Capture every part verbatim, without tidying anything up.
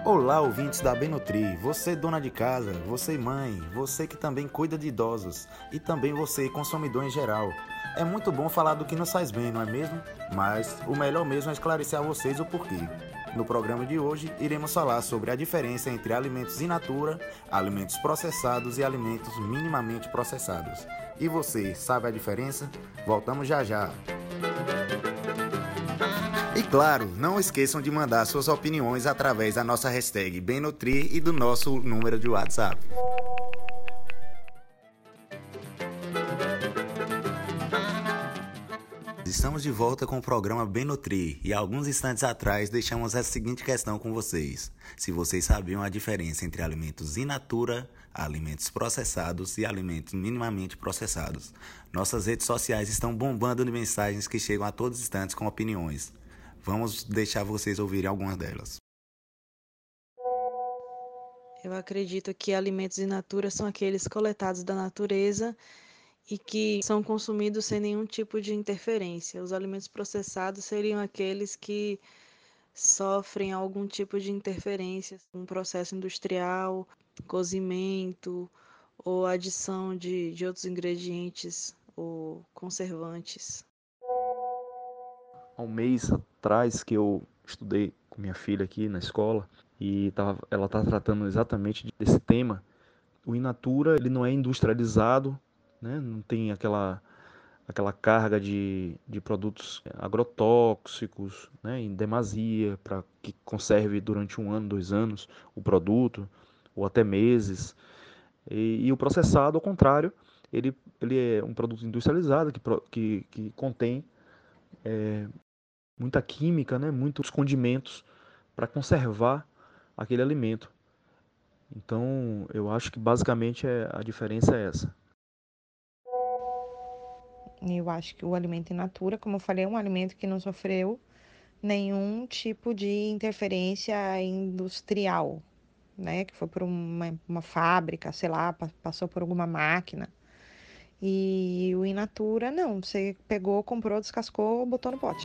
Olá, ouvintes da Benutri, você dona de casa, você mãe, você que também cuida de idosos e também você consumidor em geral. É muito bom falar do que nos faz bem, não é mesmo? Mas o melhor mesmo é esclarecer a vocês o porquê. No programa de hoje, iremos falar sobre a diferença entre alimentos in natura, alimentos processados e alimentos minimamente processados. E você, sabe a diferença? Voltamos já já! E claro, não esqueçam de mandar suas opiniões através da nossa hashtag Benutri e do nosso número de WhatsApp. Estamos de volta com o programa Benutri e alguns instantes atrás deixamos a seguinte questão com vocês. Se vocês sabiam a diferença entre alimentos in natura, alimentos processados e alimentos minimamente processados. Nossas redes sociais estão bombando de mensagens que chegam a todos os instantes com opiniões. Vamos deixar vocês ouvirem algumas delas. Eu acredito que alimentos in natura são aqueles coletados da natureza e que são consumidos sem nenhum tipo de interferência. Os alimentos processados seriam aqueles que sofrem algum tipo de interferência, um processo industrial, cozimento ou adição de, de outros ingredientes ou conservantes. Há um mês atrás que eu estudei com minha filha aqui na escola e tava, ela está tratando exatamente desse tema. O in natura ele não é industrializado, né? Não tem aquela, aquela carga de, de produtos agrotóxicos, né? Em demasia para que conserve durante um ano, dois anos o produto ou até meses. E, e o processado, ao contrário, ele, ele é um produto industrializado que, que, que contém é, muita química, né, muitos condimentos para conservar aquele alimento. Então, eu acho que basicamente é, a diferença é essa. Eu acho que o alimento in natura, como eu falei, é um alimento que não sofreu nenhum tipo de interferência industrial, né, que foi por uma, uma fábrica, sei lá, passou por alguma máquina. E o in natura, não, você pegou, comprou, descascou, botou no pote.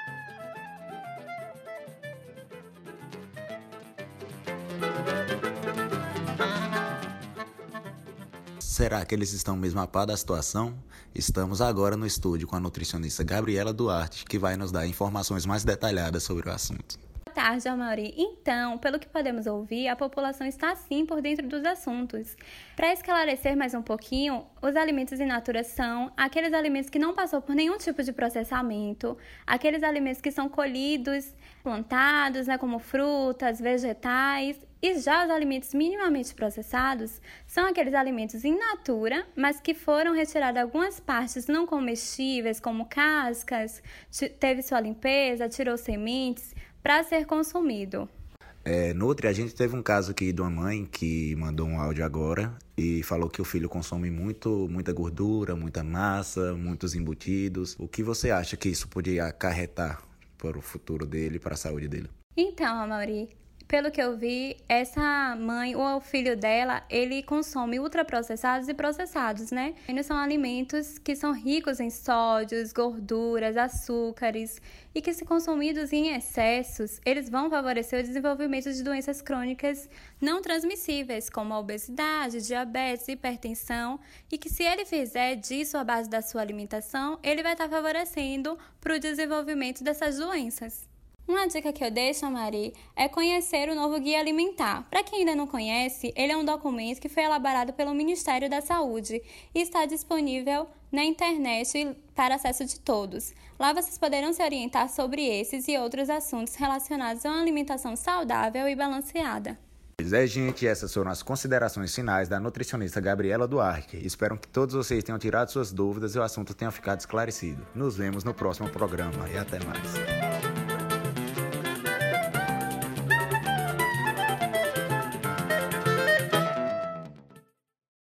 Será que eles estão mesmo a par da situação? Estamos agora no estúdio com a nutricionista Gabriela Duarte, que vai nos dar informações mais detalhadas sobre o assunto. Boa tarde, Amaury. Então, pelo que podemos ouvir, a população está sim por dentro dos assuntos. Para esclarecer mais um pouquinho, os alimentos in natura são aqueles alimentos que não passou por nenhum tipo de processamento, aqueles alimentos que são colhidos, plantados, né, como frutas, vegetais. E já os alimentos minimamente processados são aqueles alimentos in natura, mas que foram retiradas algumas partes não comestíveis, como cascas, teve sua limpeza, tirou sementes, para ser consumido. É, Nutri, a gente teve um caso aqui de uma mãe que mandou um áudio agora e falou que o filho consome muito, muita gordura, muita massa, muitos embutidos. O que você acha que isso poderia acarretar para o futuro dele, para a saúde dele? Então, Amaury, pelo que eu vi, essa mãe ou o filho dela, ele consome ultraprocessados e processados, né? Eles são alimentos que são ricos em sódios, gorduras, açúcares e que, se consumidos em excessos, eles vão favorecer o desenvolvimento de doenças crônicas não transmissíveis, como a obesidade, diabetes, hipertensão, e que, se ele fizer disso a base da sua alimentação, ele vai estar favorecendo para o desenvolvimento dessas doenças. Uma dica que eu deixo, Mari, é conhecer o novo Guia Alimentar. Para quem ainda não conhece, ele é um documento que foi elaborado pelo Ministério da Saúde e está disponível na internet para acesso de todos. Lá vocês poderão se orientar sobre esses e outros assuntos relacionados a uma alimentação saudável e balanceada. Pois é, gente, essas foram as considerações finais da nutricionista Gabriela Duarte. Espero que todos vocês tenham tirado suas dúvidas e o assunto tenha ficado esclarecido. Nos vemos no próximo programa e até mais.